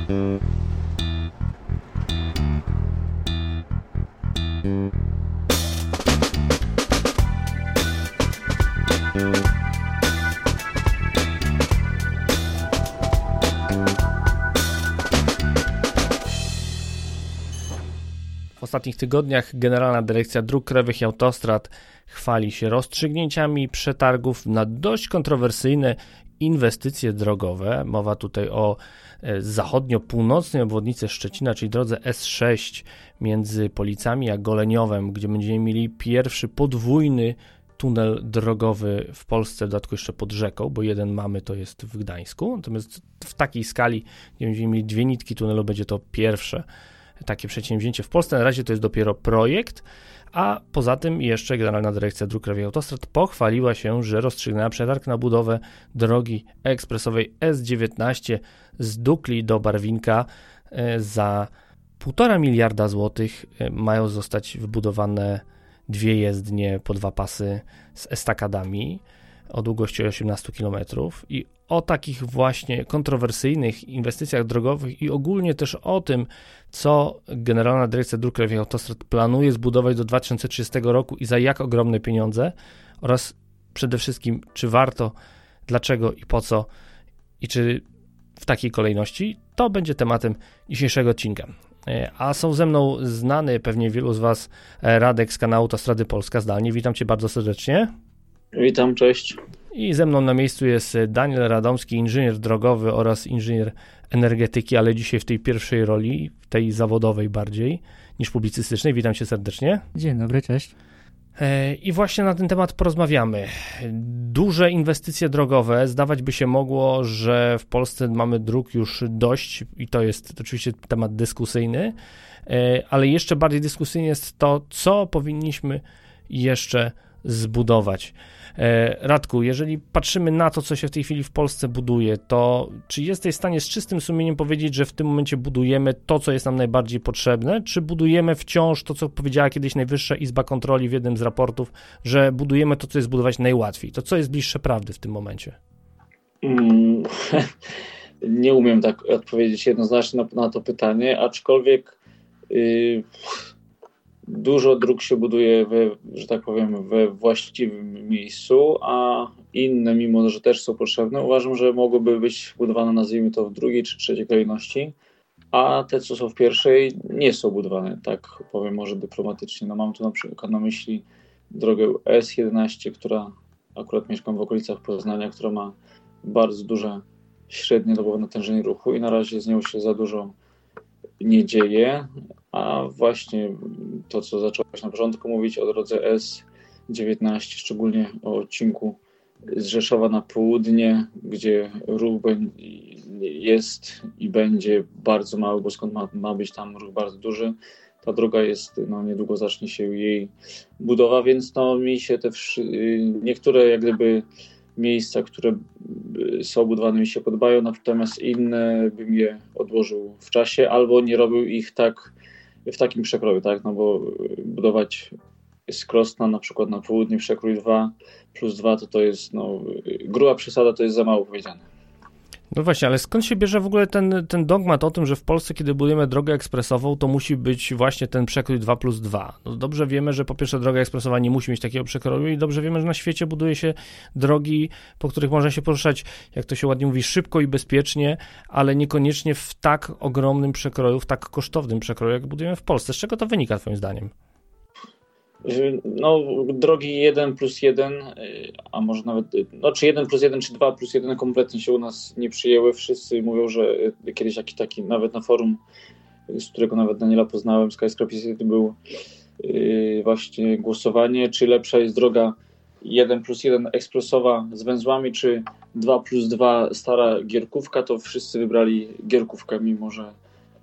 W ostatnich tygodniach Generalna Dyrekcja Dróg Krajowych i Autostrad chwali się rozstrzygnięciami przetargów na dość kontrowersyjne inwestycje drogowe. Mowa tutaj o zachodnio-północnej obwodnicy Szczecina, czyli drodze S6 między Policami a Goleniowem, gdzie będziemy mieli pierwszy podwójny tunel drogowy w Polsce, w dodatku jeszcze pod rzeką, bo jeden mamy, to jest w Gdańsku. Natomiast w takiej skali, gdzie będziemy mieli dwie nitki tunelu, będzie to pierwsze takie przedsięwzięcie w Polsce. Na razie to jest dopiero projekt, a poza tym jeszcze Generalna Dyrekcja Dróg Krajowych i Autostrad pochwaliła się, że rozstrzygnęła przetarg na budowę drogi ekspresowej S19 z Dukli do Barwinka. Za 1,5 miliarda złotych mają zostać wybudowane dwie jezdnie po 2 pasy z estakadami o długości 18 km i o takich właśnie kontrowersyjnych inwestycjach drogowych i ogólnie też o tym, co Generalna Dyrekcja Dróg Krajowych i Autostrad planuje zbudować do 2030 roku i za jak ogromne pieniądze oraz przede wszystkim, czy warto, dlaczego i po co i czy w takiej kolejności, to będzie tematem dzisiejszego odcinka. A są ze mną znany pewnie wielu z Was Radek z kanału Autostrady Polska Zdalnie. Witam Cię bardzo serdecznie. Witam, cześć. I ze mną na miejscu jest Daniel Radomski, inżynier drogowy oraz inżynier energetyki, ale dzisiaj w tej pierwszej roli, w tej zawodowej bardziej niż publicystycznej. Witam Cię serdecznie. Dzień dobry, cześć. I właśnie na ten temat porozmawiamy. Duże inwestycje drogowe. Zdawać by się mogło, że w Polsce mamy dróg już dość i to jest oczywiście temat dyskusyjny, ale jeszcze bardziej dyskusyjne jest to, co powinniśmy jeszcze zbudować. Radku, jeżeli patrzymy na to, co się w tej chwili w Polsce buduje, to czy jesteś w stanie z czystym sumieniem powiedzieć, że w tym momencie budujemy to, co jest nam najbardziej potrzebne, czy budujemy wciąż to, co powiedziała kiedyś Najwyższa Izba Kontroli w jednym z raportów, że budujemy to, co jest budować najłatwiej? To co jest bliższe prawdy w tym momencie? Nie umiem tak odpowiedzieć jednoznacznie na to pytanie, aczkolwiek dużo dróg się buduje, że tak powiem, we właściwym miejscu, a inne, mimo że też są potrzebne, uważam, że mogłyby być budowane, nazwijmy to, w drugiej czy trzeciej kolejności, a te, co są w pierwszej, nie są budowane, tak powiem może dyplomatycznie. No, mam tu na przykład na myśli drogę S11, która akurat mieszkam w okolicach Poznania, która ma bardzo duże średnie dobowe natężenie ruchu i na razie z nią się za dużo nie dzieje, a właśnie to, co zacząłeś na początku mówić o drodze S19, szczególnie o odcinku z Rzeszowa na południe, gdzie ruch jest i będzie bardzo mały, bo skąd ma być tam ruch bardzo duży. Ta droga jest, niedługo zacznie się jej budowa, więc mi się te niektóre jak gdyby miejsca, które są budowane, mi się podobają, natomiast inne bym je odłożył w czasie albo nie robił ich tak w takim przekroju, tak? No bo budować z Krosna na przykład na południe przekrój 2+2 to jest gruba przesada, to jest za mało powiedziane. No właśnie, ale skąd się bierze w ogóle ten dogmat o tym, że w Polsce, kiedy budujemy drogę ekspresową, to musi być właśnie ten przekrój 2+2? No dobrze wiemy, że po pierwsze droga ekspresowa nie musi mieć takiego przekroju i dobrze wiemy, że na świecie buduje się drogi, po których można się poruszać, jak to się ładnie mówi, szybko i bezpiecznie, ale niekoniecznie w tak ogromnym przekroju, w tak kosztownym przekroju, jak budujemy w Polsce. Z czego to wynika twoim zdaniem? Drogi 1+1, a może nawet, czy 1+1, czy 2+1 kompletnie się u nas nie przyjęły. Wszyscy mówią, że kiedyś jakiś taki, nawet na forum, z którego nawet Daniela poznałem, Skyscraper City, był właśnie głosowanie, czy lepsza jest droga 1+1 ekspresowa z węzłami, czy 2+2 stara gierkówka, to wszyscy wybrali gierkówkę, mimo że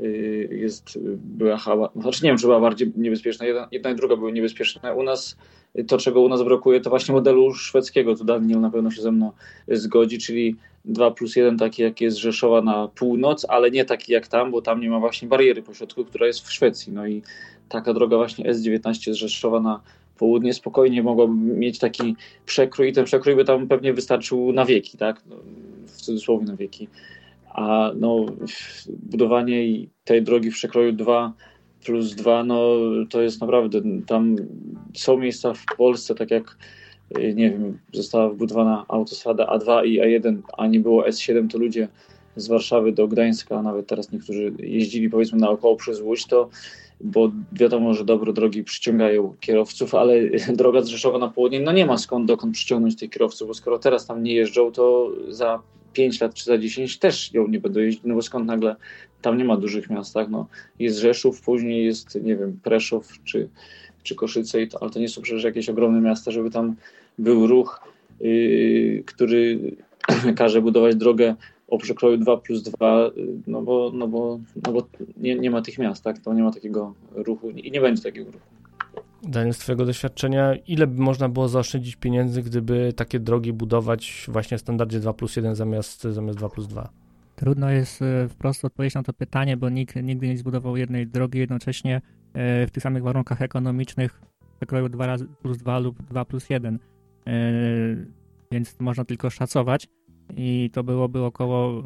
nie wiem, czy była bardziej niebezpieczna. Jedna i druga były niebezpieczne. U nas to, czego u nas brakuje, to właśnie modelu szwedzkiego. Tu Daniel na pewno się ze mną zgodzi, czyli 2+1 taki, jak jest z Rzeszowa na północ, ale nie taki jak tam, bo tam nie ma właśnie bariery pośrodku, która jest w Szwecji. No i taka droga właśnie S19 z Rzeszowa na południe spokojnie mogłaby mieć taki przekrój i ten przekrój by tam pewnie wystarczył na wieki, tak? W cudzysłowie na wieki. a no, budowanie tej drogi w przekroju 2+2, no to jest naprawdę, tam są miejsca w Polsce, tak jak nie wiem, została wbudowana autostrada A2 i A1, a nie było S7, to ludzie z Warszawy do Gdańska, nawet teraz niektórzy jeździli powiedzmy naokoło przez Łódź, to bo wiadomo, że dobre drogi przyciągają kierowców, ale droga z Rzeszowa na południe, no nie ma dokąd przyciągnąć tych kierowców, bo skoro teraz tam nie jeżdżą, to za 5 lat czy za 10 też ją nie będą jeździć, no bo skąd nagle tam nie ma dużych miast, tak? No, jest Rzeszów, później jest, nie wiem, Preszów czy Koszyce, ale to nie są przecież jakieś ogromne miasta, żeby tam był ruch, który każe budować drogę o przekroju 2+2, no bo nie ma tych miast, tak? To nie ma takiego ruchu i nie będzie takiego ruchu. Daniel, z twojego doświadczenia, ile by można było zaoszczędzić pieniędzy, gdyby takie drogi budować właśnie w standardzie 2+1 zamiast 2+2? Trudno jest wprost odpowiedzieć na to pytanie, bo nikt nigdy nie zbudował jednej drogi jednocześnie w tych samych warunkach ekonomicznych w przekroju 2+2 lub 2+1. Więc można tylko szacować i to byłoby około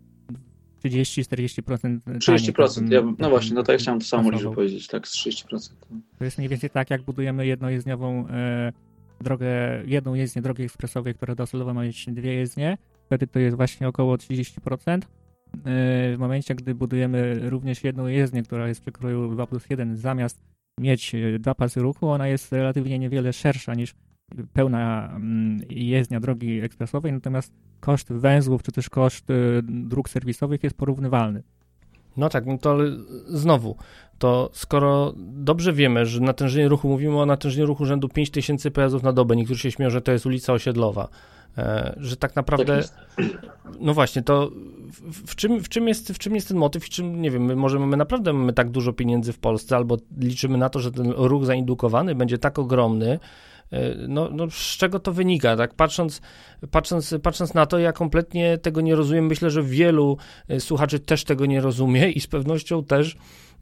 30-40% 30%, no właśnie, no to ja chciałem to samo liczbę powiedzieć, tak, z 30%. To jest mniej więcej tak, jak budujemy jednojezdniową drogę, jedną jezdnię drogi ekspresowej, która docelowo ma mieć 2 jezdnie, wtedy to jest właśnie około 30%. W momencie, gdy budujemy również jedną jezdnię, która jest w przekroju 2+1, zamiast mieć 2 pasy ruchu, ona jest relatywnie niewiele szersza niż pełna jezdnia drogi ekspresowej, natomiast koszt węzłów czy też koszt dróg serwisowych jest porównywalny. No tak, no to ale znowu, to skoro dobrze wiemy, że natężenie ruchu, mówimy o natężeniu ruchu rzędu 5000 pojazdów na dobę, niektórzy się śmieją, że to jest ulica osiedlowa, że tak naprawdę, no właśnie, to w czym jest ten motyw, w czym, nie wiem, my naprawdę mamy tak dużo pieniędzy w Polsce, albo liczymy na to, że ten ruch zaindukowany będzie tak ogromny, no z czego to wynika, tak? Patrząc na to, ja kompletnie tego nie rozumiem. Myślę, że wielu słuchaczy też tego nie rozumie i z pewnością też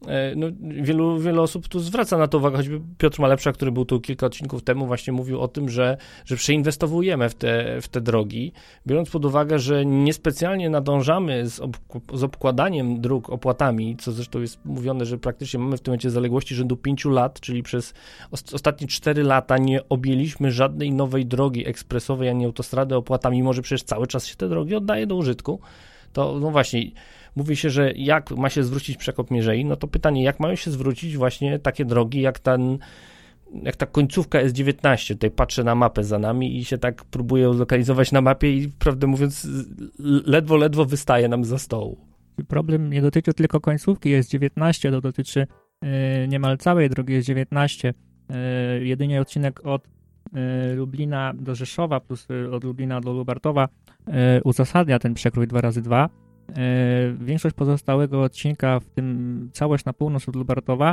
wielu osób tu zwraca na to uwagę, choćby Piotr Malepsza, który był tu kilka odcinków temu, właśnie mówił o tym, że przeinwestowujemy w te drogi, biorąc pod uwagę, że niespecjalnie nadążamy z obkładaniem dróg opłatami, co zresztą jest mówione, że praktycznie mamy w tym momencie zaległości rzędu 5 lat, czyli przez ostatnie 4 lata nie objęliśmy żadnej nowej drogi ekspresowej ani autostrady opłatami, mimo że przecież cały czas się te drogi oddaje do użytku. To no właśnie, mówi się, że jak ma się zwrócić przekop Mierzei, no to pytanie, jak mają się zwrócić właśnie takie drogi, jak ta końcówka S19. Tutaj patrzę na mapę za nami i się tak próbuję zlokalizować na mapie i prawdę mówiąc ledwo wystaje nam za stołu. Problem nie dotyczy tylko końcówki S19, to dotyczy niemal całej drogi S19. Jedynie odcinek od Lublina do Rzeszowa plus od Lublina do Lubartowa uzasadnia ten przekrój 2x2. Większość pozostałego odcinka, w tym całość na północ od Lubartowa,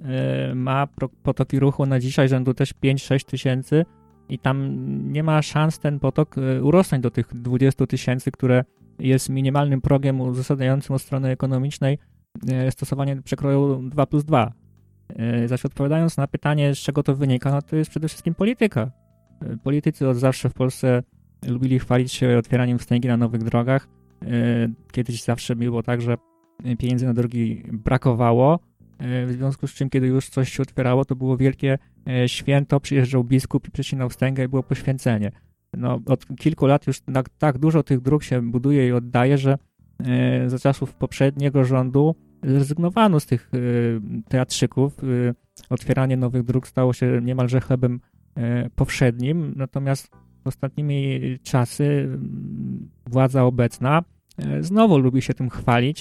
ma potoki ruchu na dzisiaj rzędu też 5-6 tysięcy i tam nie ma szans ten potok urosnąć do tych 20 tysięcy, które jest minimalnym progiem uzasadniającym od strony ekonomicznej stosowanie przekroju 2+2. Zaś odpowiadając na pytanie, z czego to wynika, no to jest przede wszystkim polityka. Politycy od zawsze w Polsce lubili chwalić się otwieraniem wstęgi na nowych drogach. Kiedyś zawsze było tak, że pieniędzy na drogi brakowało, w związku z czym, kiedy już coś się otwierało, to było wielkie święto, przyjeżdżał biskup i przecinał wstęgę i było poświęcenie. No, od kilku lat już tak dużo tych dróg się buduje i oddaje, że za czasów poprzedniego rządu zrezygnowano z tych teatrzyków. Otwieranie nowych dróg stało się niemalże chlebem powszednim, natomiast ostatnimi czasy władza obecna znowu lubi się tym chwalić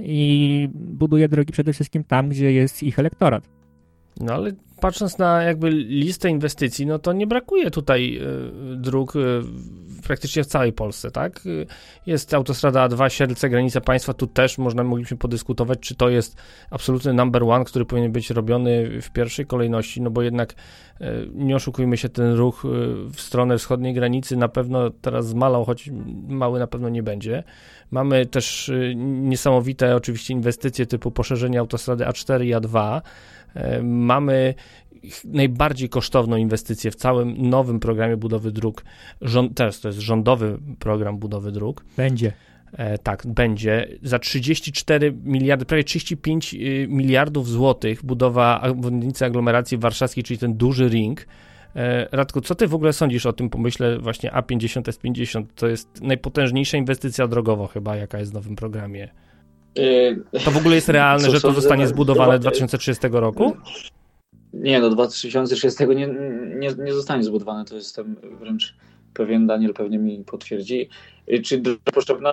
i buduje drogi przede wszystkim tam, gdzie jest ich elektorat. No ale patrząc na jakby listę inwestycji, no to nie brakuje tutaj dróg praktycznie w całej Polsce, tak? Jest autostrada A2, Siedlce, granica państwa, tu też mogliśmy podyskutować, czy to jest absolutny number one, który powinien być robiony w pierwszej kolejności, no bo jednak nie oszukujmy się, ten ruch w stronę wschodniej granicy na pewno teraz zmalał, choć mały na pewno nie będzie. Mamy też niesamowite oczywiście inwestycje typu poszerzenie autostrady A4 i A2. Mamy najbardziej kosztowną inwestycję w całym nowym programie budowy dróg. Teraz to jest rządowy program budowy dróg. Będzie. Tak, będzie. Za 34 miliardy, prawie 35 miliardów złotych budowa obwodnicy aglomeracji warszawskiej, czyli ten duży ring. Radku, co ty w ogóle sądzisz o tym pomyśle właśnie A50, S50? To jest najpotężniejsza inwestycja drogowa chyba, jaka jest w nowym programie. To w ogóle jest realne, że to zostanie zbudowane 2030 roku? Nie, do 2030 nie zostanie zbudowane, to jestem wręcz pewien, Daniel pewnie mi potwierdzi. Czy droga potrzebna?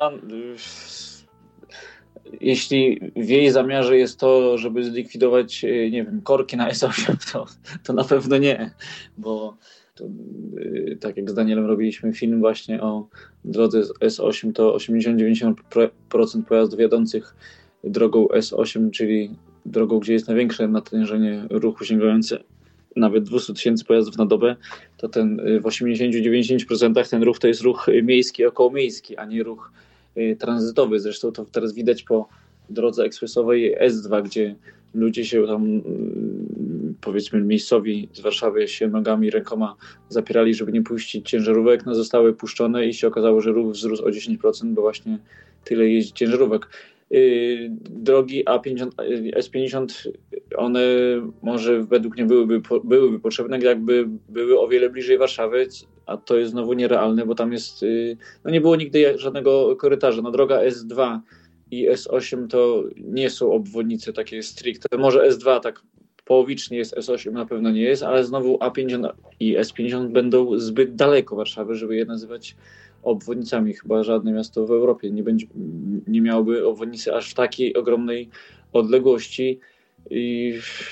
Jeśli w jej zamiarze jest to, żeby zlikwidować, nie wiem, korki na S8, to na pewno nie, bo to, tak jak z Danielem robiliśmy film właśnie o drodze S8, to 80-90% pojazdów jadących drogą S8, czyli drogą, gdzie jest największe natężenie ruchu sięgające nawet 200 000 pojazdów na dobę, to ten w 80-90% ten ruch to jest ruch miejski, okołomiejski, a nie ruch tranzytowy. Zresztą to teraz widać po drodze ekspresowej S2, gdzie ludzie się tam, powiedzmy miejscowi z Warszawy się nogami, rękoma zapierali, żeby nie puścić ciężarówek, no zostały puszczone i się okazało, że ruch wzrósł o 10%, bo właśnie tyle jeździ ciężarówek. Drogi A50, S50, one może według mnie byłyby potrzebne, jakby były o wiele bliżej Warszawy, a to jest znowu nierealne, bo tam jest, no nie było nigdy żadnego korytarza. No droga S2 i S8 to nie są obwodnice takie stricte. Może S2 tak połowicznie jest, S8 na pewno nie jest, ale znowu A50 i S50 będą zbyt daleko Warszawy, żeby je nazywać obwodnicami. Chyba żadne miasto w Europie nie miałoby obwodnicy aż w takiej ogromnej odległości i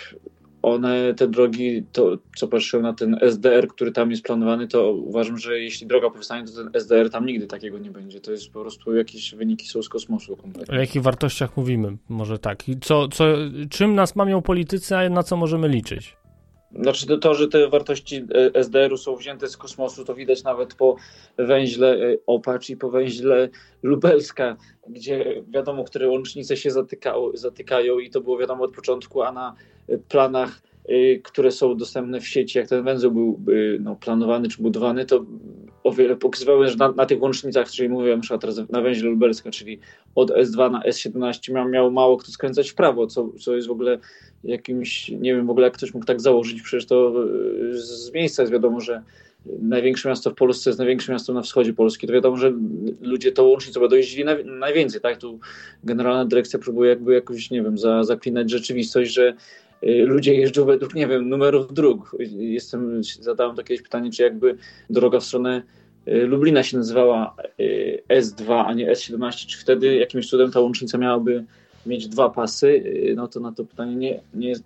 te drogi, to co patrzę na ten SDR, który tam jest planowany, to uważam, że jeśli droga powstanie, to ten SDR tam nigdy takiego nie będzie. To jest po prostu jakieś wyniki są z kosmosu kompletnie. O jakich wartościach mówimy? Może tak. I czym nas mamią politycy, a na co możemy liczyć? Znaczy to, że te wartości SDR-u są wzięte z kosmosu, to widać nawet po węźle Opacz i po węźle Lubelska, gdzie wiadomo, które łącznice się zatykają i to było wiadomo od początku, a na planach, które są dostępne w sieci, jak ten węzeł był planowany czy budowany, to o wiele pokazywały, że na tych łącznicach, czyli mówiłem teraz na węźle Lubelska, czyli od S2 na S17 miał mało kto skręcać w prawo, co jest w ogóle jakimś, nie wiem w ogóle jak ktoś mógł tak założyć, przecież to z miejsca jest wiadomo, że największe miasto w Polsce jest największym miastem na wschodzie Polski, to wiadomo, że ludzie tą łącznicą będą jeździli najwięcej, tak? Tu generalna dyrekcja próbuje jakby jakoś, nie wiem, zaklinać rzeczywistość, że ludzie jeżdżą według, nie wiem, numerów dróg. Zadałem kiedyś pytanie, czy jakby droga w stronę Lublina się nazywała S2, a nie S17, czy wtedy jakimś cudem ta łącznica miałaby mieć 2 pasy? No to na to pytanie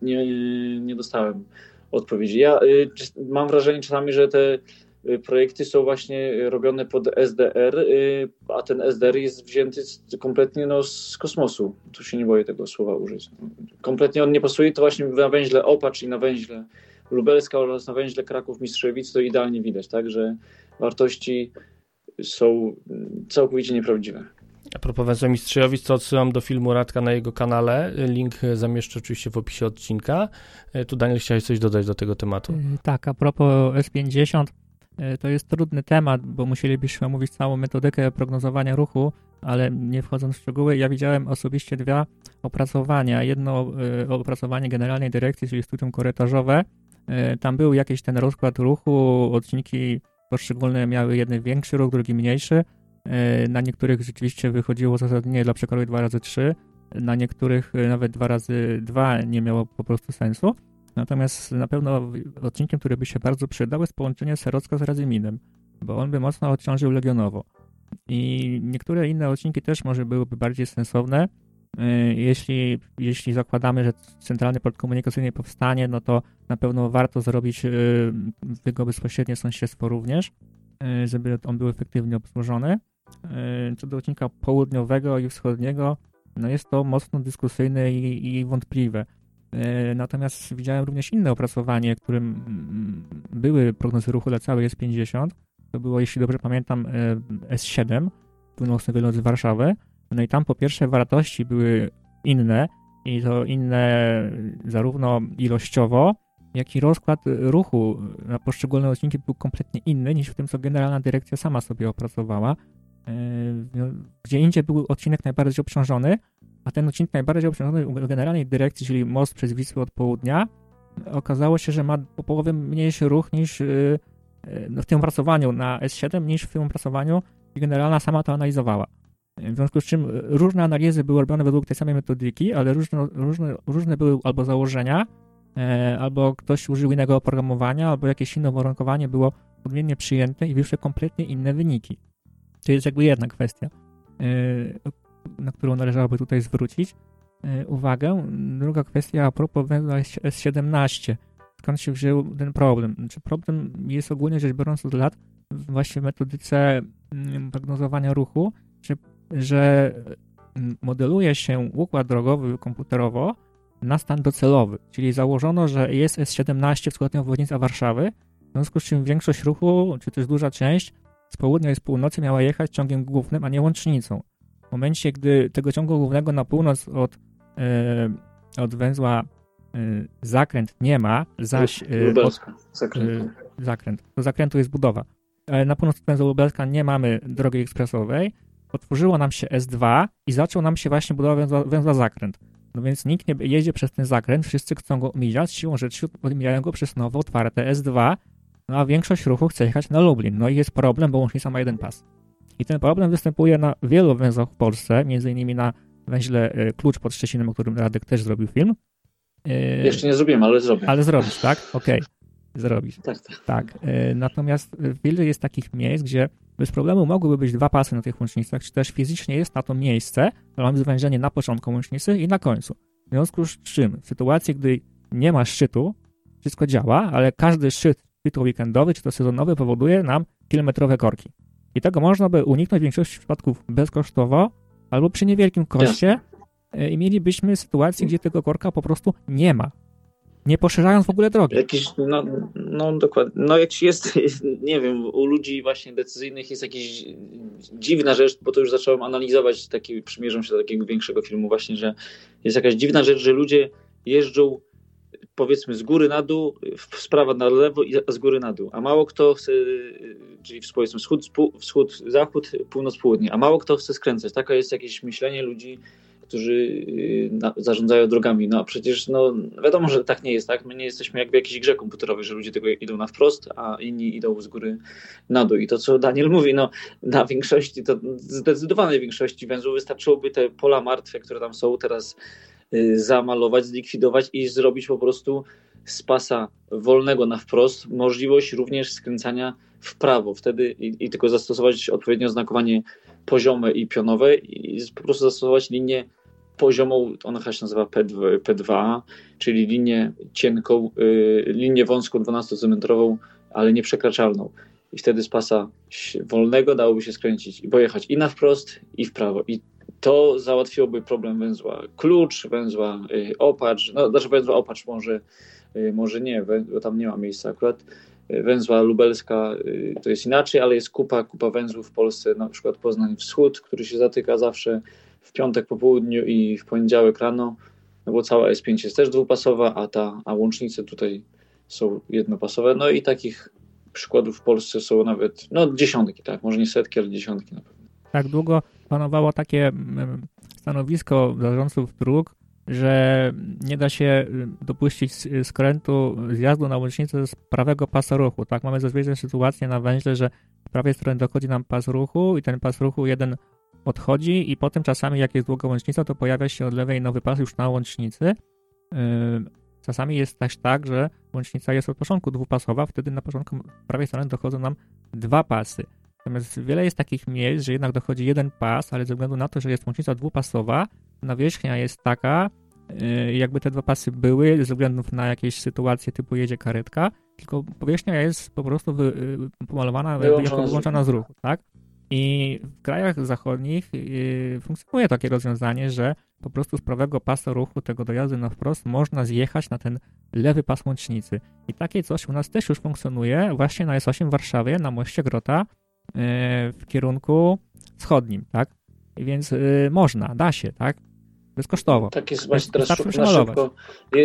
nie dostałem odpowiedzi. Ja mam wrażenie czasami, że te projekty są właśnie robione pod SDR, a ten SDR jest wzięty kompletnie z kosmosu. Tu się nie boję tego słowa użyć. Kompletnie on nie pasuje, to właśnie na węźle Opacz i na węźle Lubelska oraz na węźle Kraków-Mistrzewic to idealnie widać, tak, że wartości są całkowicie nieprawdziwe. A propos węzła Mistrzejowic, to odsyłam do filmu Radka na jego kanale. Link zamieszczę oczywiście w opisie odcinka. Tu Daniel, chciałeś coś dodać do tego tematu? Tak, a propos S50, to jest trudny temat, bo musielibyśmy omówić całą metodykę prognozowania ruchu, ale nie wchodząc w szczegóły, ja widziałem osobiście 2 opracowania. Jedno opracowanie Generalnej Dyrekcji, czyli studium korytarzowe. Tam był jakiś ten rozkład ruchu, odcinki poszczególne miały jeden większy ruch, drugi mniejszy. Na niektórych rzeczywiście wychodziło uzasadnienie dla przekroju 2x3, na niektórych nawet 2x2 nie miało po prostu sensu. Natomiast na pewno odcinkiem, który by się bardzo przydał, jest połączenie Serocka z Radzyminem, bo on by mocno odciążył Legionowo. I niektóre inne odcinki też może byłyby bardziej sensowne. Jeśli zakładamy, że centralny port komunikacyjny powstanie, no to na pewno warto zrobić jego bezpośrednie sąsiedztwo również, żeby on był efektywnie obsłużony. Co do odcinka południowego i wschodniego, no jest to mocno dyskusyjne i wątpliwe. Natomiast widziałem również inne opracowanie, w którym były prognozy ruchu dla całej S50. To było, jeśli dobrze pamiętam, S7, północny wylot z Warszawy. No i tam po pierwsze wartości były inne i to inne zarówno ilościowo, jak i rozkład ruchu na poszczególne odcinki był kompletnie inny niż w tym, co Generalna Dyrekcja sama sobie opracowała. Gdzie indziej był odcinek najbardziej obciążony, a ten odcinek najbardziej obciążony u generalnej dyrekcji, czyli most przez Wisłę od południa, okazało się, że ma po połowę mniejszy ruch niż w tym opracowaniu na S7, niż w tym opracowaniu i generalna sama to analizowała. W związku z czym różne analizy były robione według tej samej metodyki, ale różne były albo założenia, albo ktoś użył innego oprogramowania, albo jakieś inne uwarunkowanie było odmiennie przyjęte i wyszły kompletnie inne wyniki. To jest jakby jedna kwestia, na którą należałoby tutaj zwrócić uwagę. Druga kwestia a propos węzła S17. Skąd się wziął ten problem? Czy problem jest ogólnie rzecz biorąc od lat właśnie w metodyce prognozowania ruchu, że modeluje się układ drogowy komputerowo na stan docelowy, czyli założono, że jest S17 wschodnia obwodnica Warszawy, w związku z czym większość ruchu, czy też duża część z południa i z północy miała jechać ciągiem głównym, a nie łącznicą. W momencie, gdy tego ciągu głównego na północ od węzła Zakręt nie ma, zaś Zakręt. Do Zakrętu jest budowa. Na północ od węzła Lubelska nie mamy drogi ekspresowej. Otworzyło nam się S2 i zaczął nam się właśnie budowa węzła Zakręt. No więc nikt nie jedzie przez ten Zakręt, wszyscy chcą go omijać, siłą rzeczy omijają go przez nowo otwarte S2, no a większość ruchu chce jechać na Lublin. No i jest problem, bo łącznica ma jeden pas. I ten problem występuje na wielu węzłach w Polsce, między innymi na węźle Klucz pod Szczecinem, o którym Radek też zrobił film. Jeszcze nie zrobiłem, ale zrobię. Ale zrobisz, tak? Okej. Zrobisz. Tak. Natomiast wiele jest takich miejsc, gdzie bez problemu mogłyby być dwa pasy na tych łącznicach, czy też fizycznie jest na to miejsce, ale mamy zwężenie na początku łącznicy i na końcu. W związku z czym w sytuacji, gdy nie ma szczytu, wszystko działa, ale każdy szczyt, czy to weekendowy, czy to sezonowy, powoduje nam kilometrowe korki. I tego można by uniknąć w większości przypadków bezkosztowo albo przy niewielkim koszcie i mielibyśmy sytuację, gdzie tego korka po prostu nie ma. Nie poszerzając w ogóle drogi. No dokładnie. No jak jest, nie wiem, u ludzi właśnie decyzyjnych jest jakaś dziwna rzecz, bo to już zacząłem analizować, przymierzam się do takiego większego filmu właśnie, że jest jakaś dziwna rzecz, że ludzie jeżdżą powiedzmy z góry na dół, z prawa na lewo i z góry na dół, a mało kto chce, czyli powiedzmy wschód, zachód, północ, południe, a mało kto chce skręcać. Takie jest jakieś myślenie ludzi, którzy zarządzają drogami. No a przecież wiadomo, że tak nie jest, tak? My nie jesteśmy jakby jakiejś grze komputerowej, że ludzie tego idą na wprost, a inni idą z góry na dół. I to, co Daniel mówi, na większości, to zdecydowanej większości węzłów wystarczyłoby te pola martwe, które tam są teraz zamalować, zlikwidować i zrobić po prostu z pasa wolnego na wprost możliwość również skręcania w prawo. Wtedy i tylko zastosować odpowiednio oznakowanie poziome i pionowe i po prostu zastosować linię poziomą, ona się nazywa P2, czyli linię cienką, linię wąską 12-cm, ale nieprzekraczalną. I wtedy z pasa wolnego dałoby się skręcić i pojechać i na wprost, i w prawo. I to załatwiłoby problem węzła Klucz, węzła Opacz, węzła Opacz może nie, bo tam nie ma miejsca akurat. Węzła Lubelska to jest inaczej, ale jest kupa węzłów w Polsce, na przykład Poznań Wschód, który się zatyka zawsze w piątek po południu i w poniedziałek rano, bo cała S5 jest też dwupasowa, a łącznice tutaj są jednopasowe. No i takich przykładów w Polsce są nawet dziesiątki, tak, może nie setki, ale dziesiątki na pewno. Tak długo panowało takie stanowisko zarządców dróg, że nie da się dopuścić skrętu zjazdu na łącznicę z prawego pasa ruchu. Tak, mamy zazwyczaj sytuację na węźle, że z prawej strony dochodzi nam pas ruchu i ten pas ruchu jeden odchodzi i potem czasami jak jest długa łącznica, to pojawia się od lewej nowy pas już na łącznicy. Czasami jest też tak, że łącznica jest od początku dwupasowa, wtedy na początku z prawej strony dochodzą nam dwa pasy. Natomiast wiele jest takich miejsc, że jednak dochodzi jeden pas, ale ze względu na to, że jest łącznica dwupasowa, nawierzchnia jest taka, jakby te dwa pasy były, ze względu na jakieś sytuacje typu jedzie karetka, tylko powierzchnia jest po prostu pomalowana jako wyłączona z ruchu, tak? I w krajach zachodnich funkcjonuje takie rozwiązanie, że po prostu z prawego pasa ruchu tego dojazdu na wprost można zjechać na ten lewy pas łącznicy. I takie coś u nas też już funkcjonuje właśnie na S8 w Warszawie, na moście Grota w kierunku wschodnim, tak? Więc można, da się, tak? Bezkosztowo. Tak jest właśnie teraz szybko.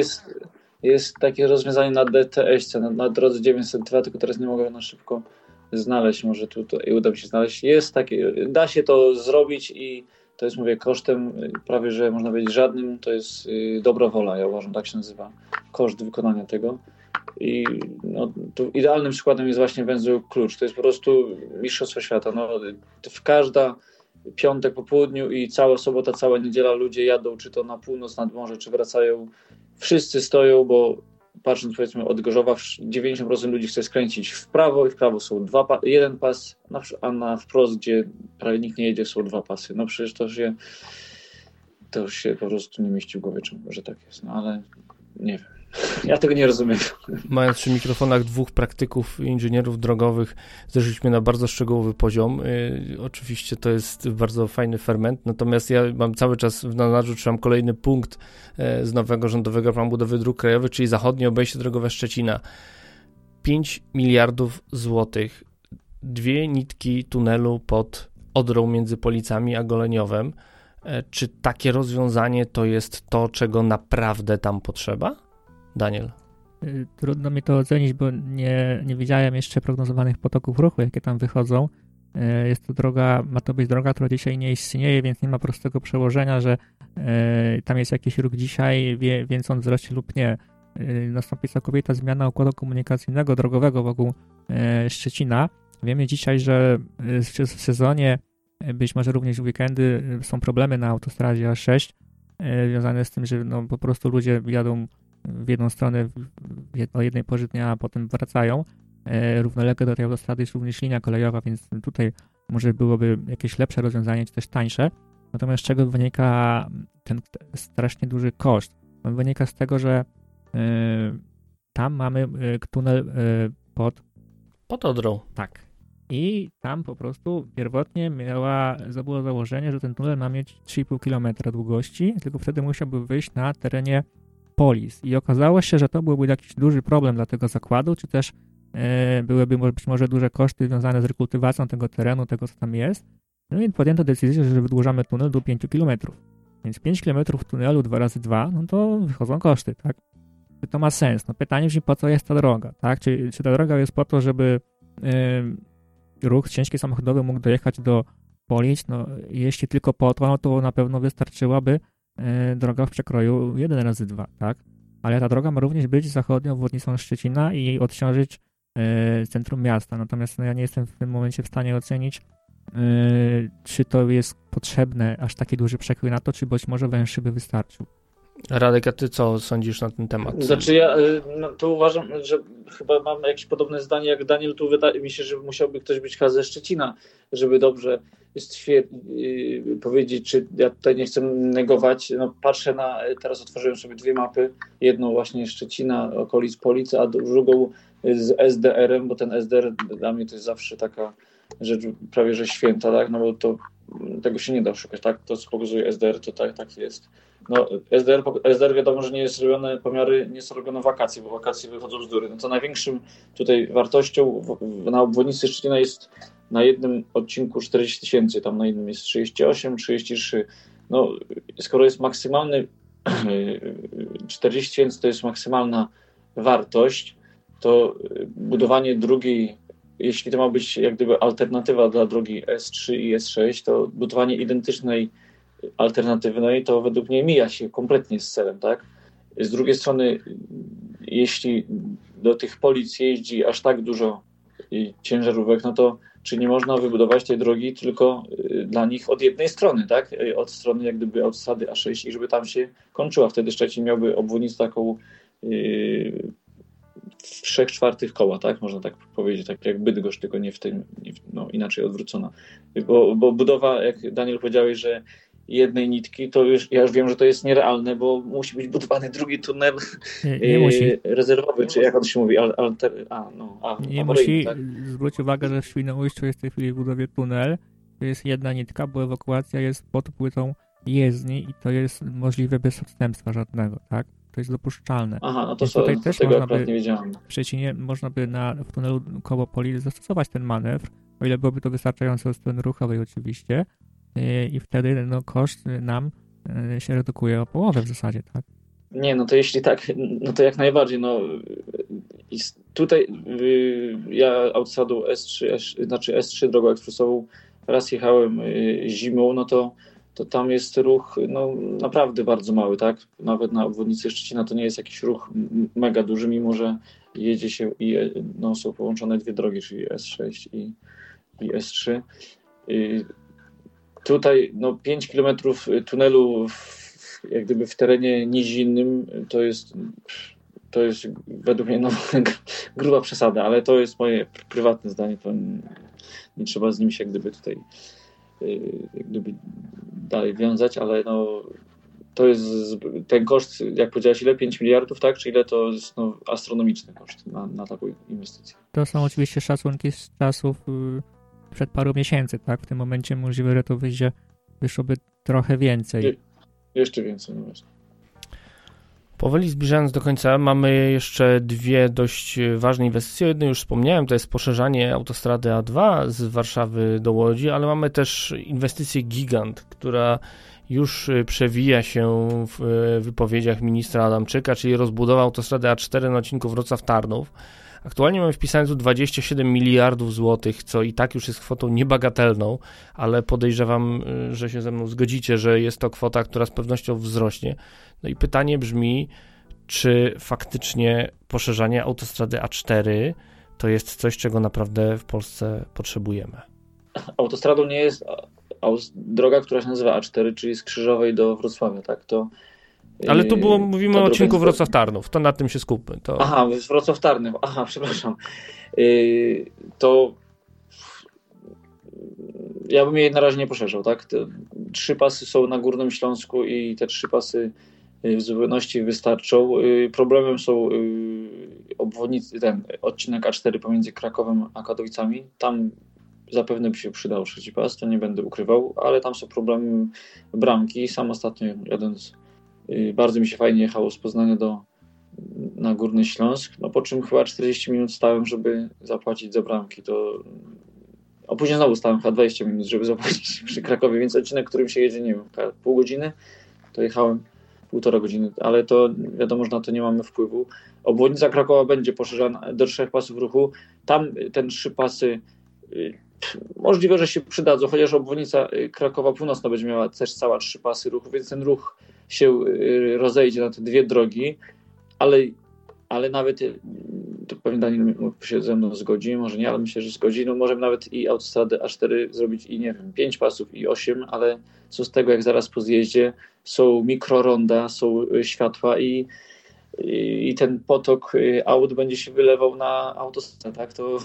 Jest takie rozwiązanie na DTS, na drodze 902, tylko teraz nie mogę na szybko znaleźć, może tutaj uda mi się znaleźć. Jest takie, da się to zrobić i to jest, mówię, kosztem prawie, że można powiedzieć żadnym, to jest dobra wola, ja uważam, tak się nazywa, koszt wykonania tego. I no, tu idealnym przykładem jest właśnie węzeł Klucz. To jest po prostu mistrzostwo świata. No, w każda piątek po południu i cała sobota, cała niedziela ludzie jadą, czy to na północ, nad morze, czy wracają. Wszyscy stoją, bo patrząc powiedzmy od Gorzowa, 90% ludzi chce skręcić w prawo i w prawo są jeden pas, a na wprost, gdzie prawie nikt nie jedzie, są dwa pasy. No przecież to się po prostu nie mieści w głowie, że tak jest. No ale nie wiem. Ja tego nie rozumiem. Mając przy mikrofonach dwóch praktyków inżynierów drogowych, zeszliśmy na bardzo szczegółowy poziom. Oczywiście to jest bardzo fajny ferment, natomiast ja mam cały czas w zanadrzu, trzymam kolejny punkt z nowego rządowego planu budowy dróg krajowych, czyli zachodnie obejście drogowe Szczecina. 5 miliardów złotych, 2 nitki tunelu pod Odrą między Policami a Goleniowem. Czy takie rozwiązanie to jest to, czego naprawdę tam potrzeba? Daniel. Trudno mi to ocenić, bo nie widziałem jeszcze prognozowanych potoków ruchu, jakie tam wychodzą. Jest to droga, ma to być droga, która dzisiaj nie istnieje, więc nie ma prostego przełożenia, że tam jest jakiś ruch dzisiaj, więc on wzrośnie lub nie. Nastąpi całkowita zmiana układu komunikacyjnego, drogowego wokół Szczecina. Wiemy dzisiaj, że w sezonie, być może również w weekendy, są problemy na autostradzie A6, związane z tym, że no, po prostu ludzie jadą w jedną stronę o jednej porze dnia, a potem wracają. Równolegle do tej autostrady jest również linia kolejowa, więc tutaj może byłoby jakieś lepsze rozwiązanie, czy też tańsze. Natomiast z czego wynika ten strasznie duży koszt? On wynika z tego, że tam mamy tunel pod Odrą. Tak. I tam po prostu pierwotnie było założenie, że ten tunel ma mieć 3,5 km długości, tylko wtedy musiałby wyjść na terenie Polic. I okazało się, że to byłby jakiś duży problem dla tego zakładu, czy też byłyby być może duże koszty związane z rekultywacją tego terenu, tego co tam jest. No i podjęto decyzję, że wydłużamy tunel do 5 km. Więc 5 km tunelu 2x2, no to wychodzą koszty, tak? Czy to ma sens? No pytanie brzmi, po co jest ta droga, tak? Czy ta droga jest po to, żeby ruch ciężki samochodowy mógł dojechać do Polic? No jeśli tylko po to, no to na pewno wystarczyłaby droga w przekroju 1x2, tak? Ale ta droga ma również być zachodnią obwodnicą Szczecina i odciążyć centrum miasta. Natomiast no, ja nie jestem w tym momencie w stanie ocenić, czy to jest potrzebne, aż taki duży przekrój na to, czy być może węższy by wystarczył. Radek, a ty co sądzisz na ten temat? Znaczy ja tu uważam, że chyba mam jakieś podobne zdanie jak Daniel, tu wydaje mi się, że musiałby ktoś być ze Szczecina, żeby dobrze powiedzieć, czy ja tutaj nie chcę negować. No, patrzę teraz otworzyłem sobie dwie mapy, jedną właśnie Szczecina, okolic Policy, a drugą z SDR-em, bo ten SDR dla mnie to jest zawsze taka rzecz prawie że święta, tak? No bo tego się nie da oszukać, tak? To co pokazuje SDR, to tak jest. No, SDR wiadomo, że nie jest robione, pomiary nie są robione wakacje, bo wakacje wychodzą z bzdury. No to największym tutaj wartością na obwodnicy Szczecina jest na jednym odcinku 40 000, tam na innym jest 38, 33. No, skoro jest maksymalny 40 000 to jest maksymalna wartość, to budowanie drugiej, jeśli to ma być jak gdyby alternatywa dla drogi S3 i S6, to budowanie identycznej alternatywnej to według mnie mija się kompletnie z celem, tak? Z drugiej strony, jeśli do tych Polic jeździ aż tak dużo ciężarówek, no to czy nie można wybudować tej drogi tylko dla nich od jednej strony, tak? Od strony jak gdyby autostrady A6 i żeby tam się kończyła. Wtedy Szczecin miałby obwodnicę taką w 3/4 koła, tak? Można tak powiedzieć, tak jak Bydgoszcz, tylko nie w tym, no inaczej odwrócona. Bo budowa, jak Daniel powiedziałeś, że jednej nitki, to ja już wiem, że to jest nierealne, bo musi być budowany drugi tunel rezerwowy, czy jak on się mówi, nie musi. Tak? Zwróć uwagę, że w Świnoujściu jest w tej chwili w budowie tunel, to jest jedna nitka, bo ewakuacja jest pod płytą jezdni i to jest możliwe bez odstępstwa żadnego, tak? To jest dopuszczalne. Aha, no to tutaj też tego akurat nie wiedziałem. W Szczecinie można by w tunelu koło Polic zastosować ten manewr, o ile byłoby to wystarczające od strony ruchowej oczywiście, i wtedy no, koszt nam się redukuje o połowę w zasadzie, tak? Nie, no to jeśli tak, no to jak najbardziej. No, tutaj ja autostradą znaczy S3 drogą ekspresową raz jechałem zimą, no to tam jest ruch no, naprawdę bardzo mały, tak? Nawet na obwodnicy Szczecina to nie jest jakiś ruch mega duży, mimo że jedzie się i no, są połączone dwie drogi, czyli S6 i S3. Tutaj no, 5 km tunelu jak gdyby w terenie nizinnym to jest według mnie no, gruba przesada, ale to jest moje prywatne zdanie, to nie trzeba z nim się jak gdyby tutaj jak gdyby dalej wiązać, ale no to jest ten koszt, jak powiedziałeś, ile? 5 miliardów, tak? Czy ile to jest no, astronomiczny koszt na taką inwestycję? To są oczywiście szacunki z czasów przed paru miesięcy, tak? W tym momencie możliwe, że to wyszłoby trochę więcej. Jeszcze więcej, no właśnie. Powoli zbliżając do końca, mamy jeszcze dwie dość ważne inwestycje. O jednej już wspomniałem, to jest poszerzanie autostrady A2 z Warszawy do Łodzi, ale mamy też inwestycję gigant, która już przewija się w wypowiedziach ministra Adamczyka, czyli rozbudowa autostrady A4 na odcinku Wrocław-Tarnów. Aktualnie mamy wpisane tu 27 miliardów złotych, co i tak już jest kwotą niebagatelną, ale podejrzewam, że się ze mną zgodzicie, że jest to kwota, która z pewnością wzrośnie. No i pytanie brzmi, czy faktycznie poszerzanie autostrady A4 to jest coś, czego naprawdę w Polsce potrzebujemy? Autostradą nie jest droga, która się nazywa A4, czyli z Krzyżowej do Wrocławia, tak? Ale tu mówimy o odcinku Wrocław-Tarnów, to na tym się skupmy. Aha, Wrocław-Tarnów, przepraszam. To ja bym jej na razie nie poszerzał, tak? Te 3 pasy są na Górnym Śląsku i te 3 pasy w zupełności wystarczą. Problemem są obwodnicy, ten odcinek A4 pomiędzy Krakowem a Katowicami. Tam zapewne by się przydał 3 pas, to nie będę ukrywał, ale tam są problemy bramki. Sam ostatnio jadąc bardzo mi się fajnie jechało z Poznania na Górny Śląsk, no po czym chyba 40 minut stałem, żeby zapłacić za bramki, a później znowu stałem chyba 20 minut, żeby zapłacić przy Krakowie, więc odcinek, którym się jedzie, nie wiem, pół godziny, to jechałem 1,5 godziny, ale to wiadomo, że na to nie mamy wpływu. Obwodnica Krakowa będzie poszerzana do 3 pasów ruchu, tam ten 3 pasy możliwe, że się przydadzą, chociaż obwodnica Krakowa Północna będzie miała też cała 3 pasy ruchu, więc ten ruch się rozejdzie na te 2 drogi, ale nawet, to pewnie Daniel się ze mną zgodzi, może nie, ale myślę, że zgodzi, no możemy nawet i autostradę A4 zrobić i nie wiem, 5 pasów i 8, ale co z tego, jak zaraz po zjeździe są mikroronda, są światła i ten potok aut będzie się wylewał na autostradę, tak, to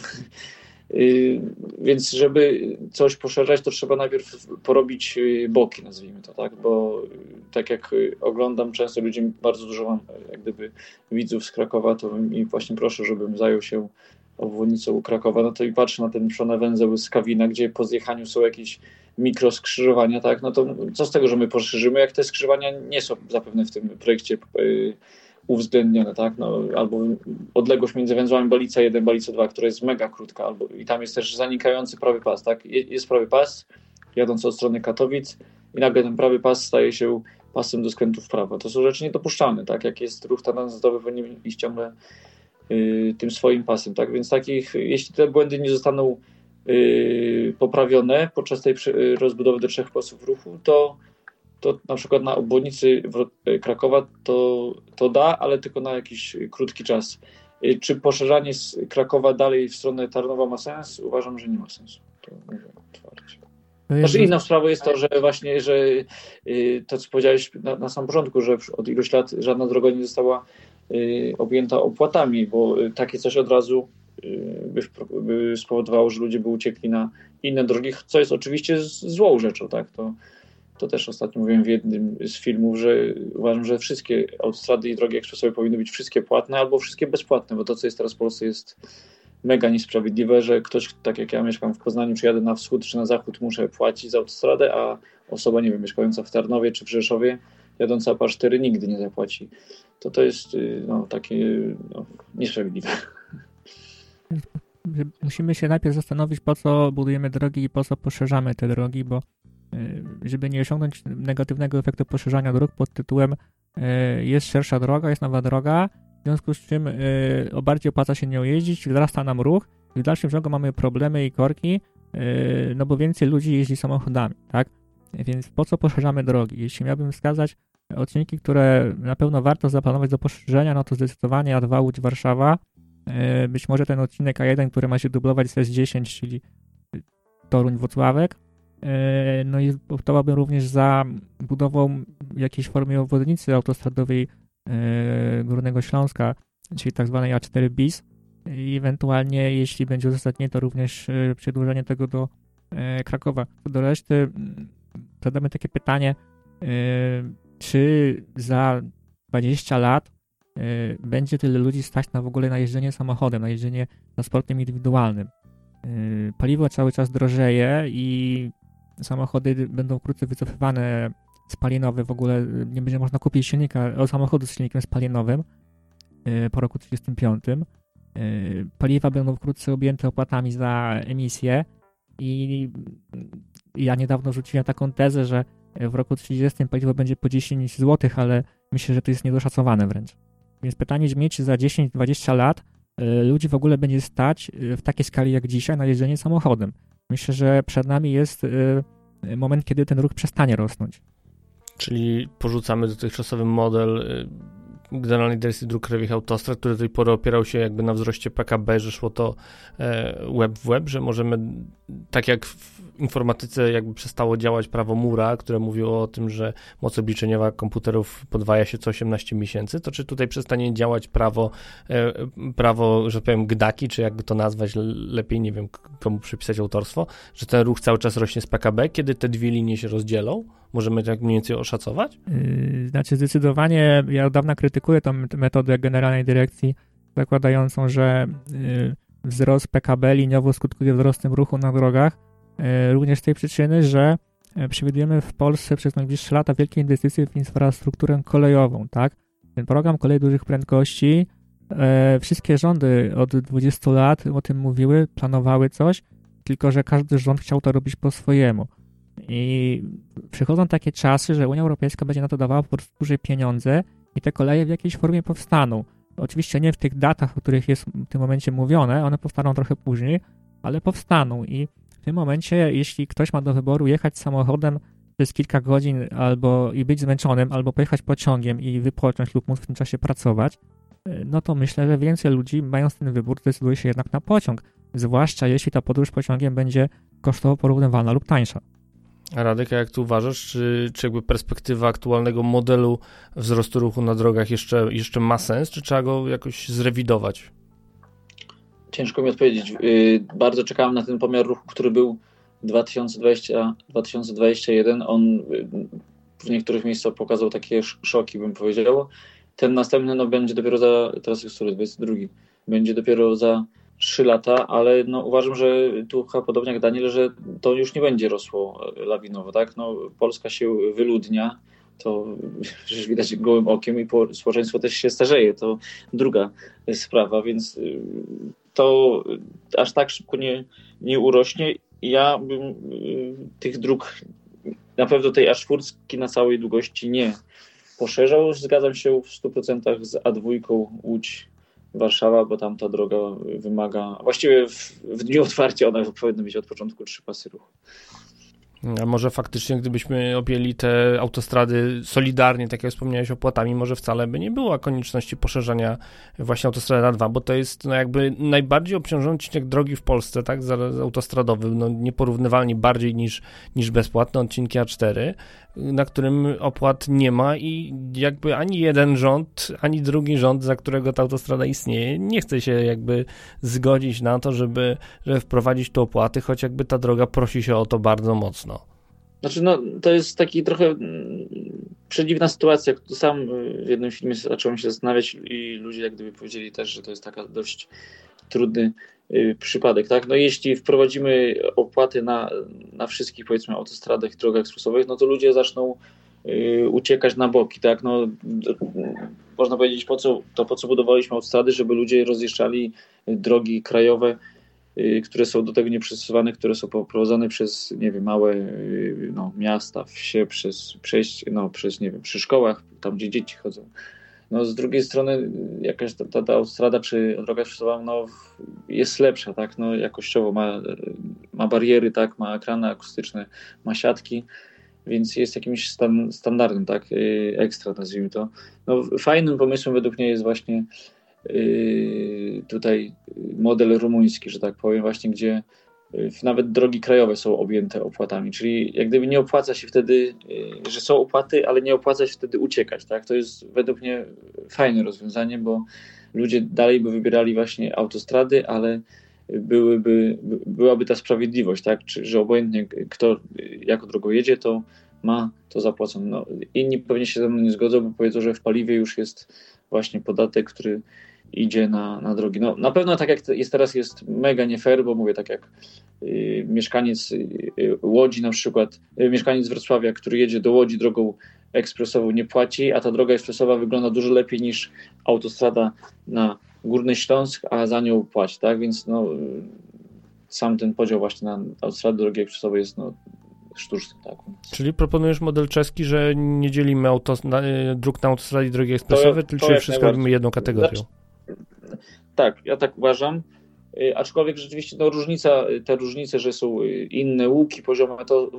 więc żeby coś poszerzać, to trzeba najpierw porobić boki, nazwijmy to, tak, bo tak jak oglądam często ludzi, bardzo dużo mam jak gdyby widzów z Krakowa, to i właśnie proszę, żebym zajął się obwodnicą Krakowa, no to i patrzę na ten węzeł z Kawina, gdzie po zjechaniu są jakieś mikroskrzyżowania, tak, no to co z tego, że my poszerzymy, jak te skrzyżowania nie są zapewne w tym projekcie uwzględnione, tak? No, albo odległość między węzłami Balica 1, Balica 2, która jest mega krótka, i tam jest też zanikający prawy pas, tak? Jest prawy pas, jadąc od strony Katowic i nagle ten prawy pas staje się pasem do skrętu w prawo. To są rzeczy niedopuszczalne, tak? Jak jest ruch tranzytowy, powinien iść ciągle tym swoim pasem, tak? Więc jeśli te błędy nie zostaną poprawione podczas tej rozbudowy do 3 pasów ruchu, to na przykład na obwodnicy Krakowa to da, ale tylko na jakiś krótki czas. Czy poszerzanie z Krakowa dalej w stronę Tarnowa ma sens? Uważam, że nie ma sensu. To mówię otwarcie. Znaczy inną sprawą jest to, że właśnie, że to co powiedziałeś na samym początku, że od iluś lat żadna droga nie została objęta opłatami, bo takie coś od razu by spowodowało, że ludzie by uciekli na inne drogi, co jest oczywiście złą rzeczą, tak? To też ostatnio mówiłem w jednym z filmów, że uważam, że wszystkie autostrady i drogi ekspresowe powinny być wszystkie płatne albo wszystkie bezpłatne, bo to, co jest teraz w Polsce, jest mega niesprawiedliwe, że ktoś, tak jak ja mieszkam w Poznaniu, czy jadę na wschód, czy na zachód, muszę płacić za autostradę, a osoba, nie wiem, mieszkająca w Tarnowie, czy w Rzeszowie, jadąca A4 nigdy nie zapłaci. To jest takie niesprawiedliwe. Musimy się najpierw zastanowić, po co budujemy drogi i po co poszerzamy te drogi, bo żeby nie osiągnąć negatywnego efektu poszerzania dróg pod tytułem jest szersza droga, jest nowa droga, w związku z czym bardziej opłaca się nią jeździć, wzrasta nam ruch i w dalszym ciągu mamy problemy i korki, no bo więcej ludzi jeździ samochodami, tak? Więc po co poszerzamy drogi? Jeśli miałbym wskazać odcinki, które na pewno warto zaplanować do poszerzenia, no to zdecydowanie A2 Łódź-Warszawa, być może ten odcinek A1, który ma się dublować z S10, czyli Toruń-Włocławek, no i optowałbym również za budową jakiejś formie obwodnicy autostradowej Górnego Śląska, czyli tak zwanej A4 bis i ewentualnie, jeśli będzie uzasadnione, to również przedłużenie tego do Krakowa. Do reszty zadamy takie pytanie, czy za 20 lat będzie tyle ludzi stać w ogóle na jeżdżenie samochodem, na jeżdżenie transportem indywidualnym. Paliwo cały czas drożeje i samochody będą wkrótce wycofywane spalinowe, w ogóle nie będzie można kupić samochodu z silnikiem spalinowym po roku 1935. Paliwa będą wkrótce objęte opłatami za emisję i ja niedawno rzuciłem taką tezę, że w roku 30 paliwo będzie po 10 zł, ale myślę, że to jest niedoszacowane wręcz. Więc pytanie brzmi, czy za 10-20 lat ludzi w ogóle będzie stać w takiej skali jak dzisiaj na jeżdżenie samochodem. Myślę, że przed nami jest moment, kiedy ten ruch przestanie rosnąć. Czyli porzucamy dotychczasowy model Generalnej Dyrekcji Dróg Krajowych Autostrad, który do tej pory opierał się jakby na wzroście PKB, że szło to łeb w łeb, że możemy, tak jak w informatyce jakby przestało działać prawo Moore'a, które mówiło o tym, że moc obliczeniowa komputerów podwaja się co 18 miesięcy, to czy tutaj przestanie działać prawo, że powiem, GDAKI, czy jakby to nazwać lepiej, nie wiem komu przypisać autorstwo, że ten ruch cały czas rośnie z PKB, kiedy te dwie linie się rozdzielą? Możemy tak mniej więcej oszacować? Znaczy zdecydowanie, ja od dawna krytykuję tą metodę Generalnej Dyrekcji zakładającą, że wzrost PKB liniowo skutkuje wzrostem ruchu na drogach, również z tej przyczyny, że przewidujemy w Polsce przez najbliższe lata wielkie inwestycje w infrastrukturę kolejową, tak? Ten program kolei dużych prędkości, wszystkie rządy od 20 lat o tym mówiły, planowały coś, tylko że każdy rząd chciał to robić po swojemu. I przychodzą takie czasy, że Unia Europejska będzie na to dawała po prostu duże pieniądze i te koleje w jakiejś formie powstaną. Oczywiście nie w tych datach, o których jest w tym momencie mówione, one powstaną trochę później, ale powstaną i w tym momencie, jeśli ktoś ma do wyboru jechać samochodem przez kilka godzin albo i być zmęczonym, albo pojechać pociągiem i wypocząć lub móc w tym czasie pracować, no to myślę, że więcej ludzi, mając ten wybór, decyduje się jednak na pociąg, zwłaszcza jeśli ta podróż pociągiem będzie kosztowo porównywalna lub tańsza. Radek, a jak tu uważasz, czy jakby perspektywa aktualnego modelu wzrostu ruchu na drogach jeszcze ma sens, czy trzeba go jakoś zrewidować? Ciężko mi odpowiedzieć. Bardzo czekałem na ten pomiar ruchu, który był 2020-2021. On w niektórych miejscach pokazał takie szoki, bym powiedział. Ten następny będzie dopiero teraz jest 22, będzie dopiero za 3 lata, ale uważam, że tu chyba podobnie jak Daniel, że to już nie będzie rosło lawinowo, tak? Polska się wyludnia, to przecież widać gołym okiem i społeczeństwo też się starzeje, to druga sprawa, więc to aż tak szybko nie urośnie. Ja bym tych dróg, na pewno tej A4 na całej długości nie poszerzał. Zgadzam się w 100% z A2 Łódź-Warszawa, bo tam ta droga wymaga, właściwie w dniu otwarcia ona powinna mieć od początku 3 pasy ruchu. A może faktycznie, gdybyśmy objęli te autostrady solidarnie, tak jak wspomniałeś, opłatami, może wcale by nie było konieczności poszerzania właśnie autostrady A2, bo to jest jakby najbardziej obciążony odcinek drogi w Polsce, tak, autostradowy, nieporównywalnie bardziej niż bezpłatne odcinki A4, na którym opłat nie ma i jakby ani jeden rząd, ani drugi rząd, za którego ta autostrada istnieje, nie chce się jakby zgodzić na to, żeby wprowadzić tu opłaty, choć jakby ta droga prosi się o to bardzo mocno. Znaczy, to jest taki trochę przedziwna sytuacja. Sam w jednym filmie zacząłem się zastanawiać i ludzie jak gdyby powiedzieli też, że to jest taka dość trudny przypadek, tak? Jeśli wprowadzimy opłaty na wszystkich, powiedzmy, autostradach i drogach ekspresowych, to ludzie zaczną uciekać na boki, tak? Można powiedzieć, po co budowaliśmy autostrady, żeby ludzie rozjeżdżali drogi krajowe które są do tego nieprzystosowane, które są poprowadzone przez, nie wiem, małe miasta, wsie, przez przy szkołach, tam gdzie dzieci chodzą. No z drugiej strony jakaś ta autostrada czy droga ekspresowa jest lepsza, tak, no jakościowo ma bariery, tak, ma ekrany akustyczne, ma siatki, więc jest jakimś standardem, tak, ekstra, nazwijmy to. No fajnym pomysłem według mnie jest właśnie tutaj model rumuński, że tak powiem, właśnie gdzie nawet drogi krajowe są objęte opłatami, czyli jak gdyby nie opłaca się wtedy, że są opłaty, ale nie opłaca się wtedy uciekać, tak? To jest według mnie fajne rozwiązanie, bo ludzie dalej by wybierali właśnie autostrady, ale byłaby ta sprawiedliwość, tak? Że obojętnie kto jaką drogą jedzie, to ma to zapłacone. No, inni pewnie się ze mną nie zgodzą, bo powiedzą, że w paliwie już jest właśnie podatek, który idzie na drogi. No, na pewno tak jak jest teraz, jest mega nie fair, bo mówię, tak jak mieszkaniec Łodzi na przykład, mieszkaniec Wrocławia, który jedzie do Łodzi drogą ekspresową, nie płaci, a ta droga ekspresowa wygląda dużo lepiej niż autostrada na Górny Śląsk, a za nią płaci, tak? Więc sam ten podział właśnie na autostradę drogi ekspresowej jest sztuczny, tak? Czyli proponujesz model czeski, że nie dzielimy dróg na autostradzie i drogi ekspresowe, tylko wszystko robimy jedną kategorią. Tak, ja tak uważam, aczkolwiek rzeczywiście te różnice, że są inne łuki poziome,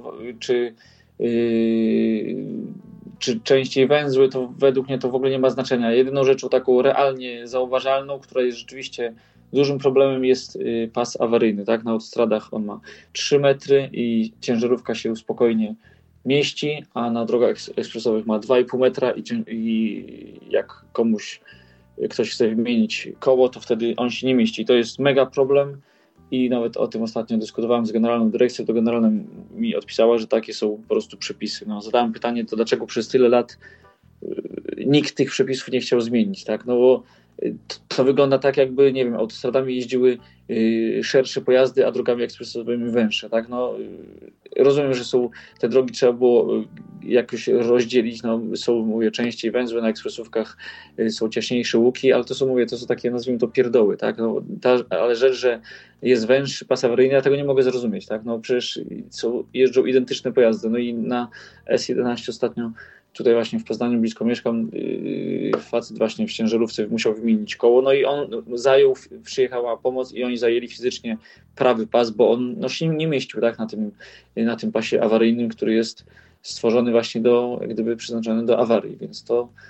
czy częściej węzły, to według mnie to w ogóle nie ma znaczenia. Jedyną rzeczą taką realnie zauważalną, która jest rzeczywiście dużym problemem, jest pas awaryjny, tak? Na autostradach on ma 3 metry i ciężarówka się spokojnie mieści, a na drogach ekspresowych ma 2,5 metra i jak ktoś chce wymienić koło, to wtedy on się nie mieści. To jest mega problem i nawet o tym ostatnio dyskutowałem z generalną dyrekcją, to generalna mi odpisała, że takie są po prostu przepisy. Zadałem pytanie, to dlaczego przez tyle lat nikt tych przepisów nie chciał zmienić, tak? No bo to wygląda tak, jakby, nie wiem, autostradami jeździły szersze pojazdy, a drogami ekspresowymi węższe, tak? Rozumiem, że te drogi trzeba było jakoś rozdzielić, mówię, częściej węzły, na ekspresówkach są ciaśniejsze łuki, ale to są takie, nazwijmy to, pierdoły, tak? Ale rzecz, że jest węższy pas awaryjny, ja tego nie mogę zrozumieć, tak? Przecież jeżdżą identyczne pojazdy, i na S11 ostatnio tutaj właśnie w Poznaniu blisko mieszkam, facet właśnie w ciężarówce musiał wymienić koło, i on przyjechała pomoc i oni zajęli fizycznie prawy pas, bo on się nie mieścił, tak, na tym pasie awaryjnym, który jest stworzony właśnie przeznaczony do awarii, więc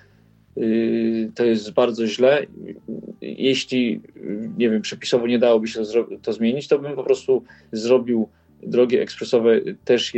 to jest bardzo źle. Jeśli, nie wiem, przepisowo nie dałoby się to zmienić, to bym po prostu zrobił drogi ekspresowe, też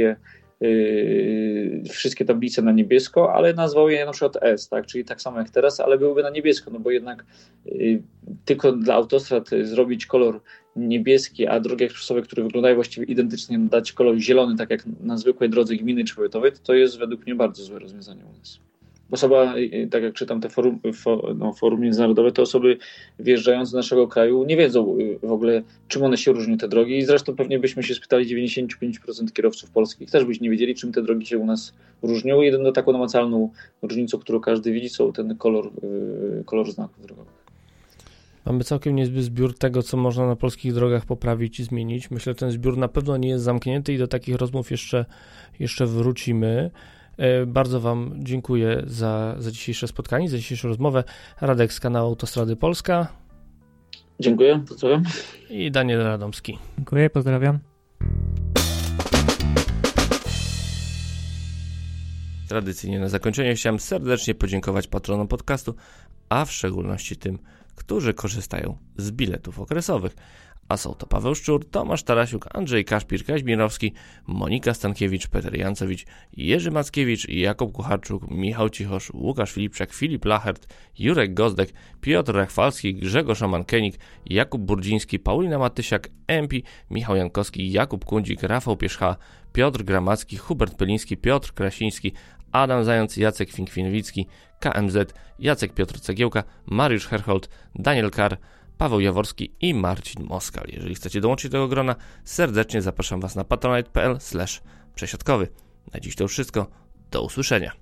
wszystkie tablice na niebiesko, ale nazwał je na przykład S, tak? Czyli tak samo jak teraz, ale byłyby na niebiesko, bo jednak tylko dla autostrad zrobić kolor niebieski, a drogi ekspresowe, które wyglądają właściwie identycznie, dać kolor zielony, tak jak na zwykłej drodze gminy czy powiatowej, to jest według mnie bardzo złe rozwiązanie u nas. Osoba, tak jak czytam te forum międzynarodowe, to osoby wjeżdżające do naszego kraju nie wiedzą w ogóle, czym one się różnią, te drogi. I zresztą pewnie byśmy się spytali 95% kierowców polskich, też byśmy nie wiedzieli, czym te drogi się u nas różnią. Jedyną taką namacalną różnicą, którą każdy widzi, są ten kolor znaków drogowych. Mamy całkiem niezły zbiór tego, co można na polskich drogach poprawić i zmienić. Myślę, że ten zbiór na pewno nie jest zamknięty i do takich rozmów jeszcze wrócimy. Bardzo Wam dziękuję za dzisiejsze spotkanie, za dzisiejszą rozmowę. Radek z kanału Autostrady Polska. Dziękuję, pozdrawiam. I Daniel Radomski. Dziękuję, pozdrawiam. Tradycyjnie na zakończenie chciałem serdecznie podziękować patronom podcastu, a w szczególności tym, którzy korzystają z biletów okresowych. A są to Paweł Szczur, Tomasz Tarasiuk, Andrzej Kaszpir, Kaźmirowski, Monika Stankiewicz, Peter Jancowicz, Jerzy Mackiewicz, Jakub Kucharczuk, Michał Cichosz, Łukasz Filipczak, Filip Lachert, Jurek Gozdek, Piotr Rachwalski, Grzegorz Szaman-Kenik, Jakub Burdziński, Paulina Matysiak, Empi, Michał Jankowski, Jakub Kundzik, Rafał Pierzcha, Piotr Gramacki, Hubert Peliński, Piotr Krasiński, Adam Zając, Jacek Finkwinowicki, KMZ, Jacek Piotr Cegiełka, Mariusz Herhold, Daniel Kar, Paweł Jaworski i Marcin Moskal. Jeżeli chcecie dołączyć do tego grona, serdecznie zapraszam Was na patronite.pl/przesiadkowy. Na dziś to już wszystko. Do usłyszenia.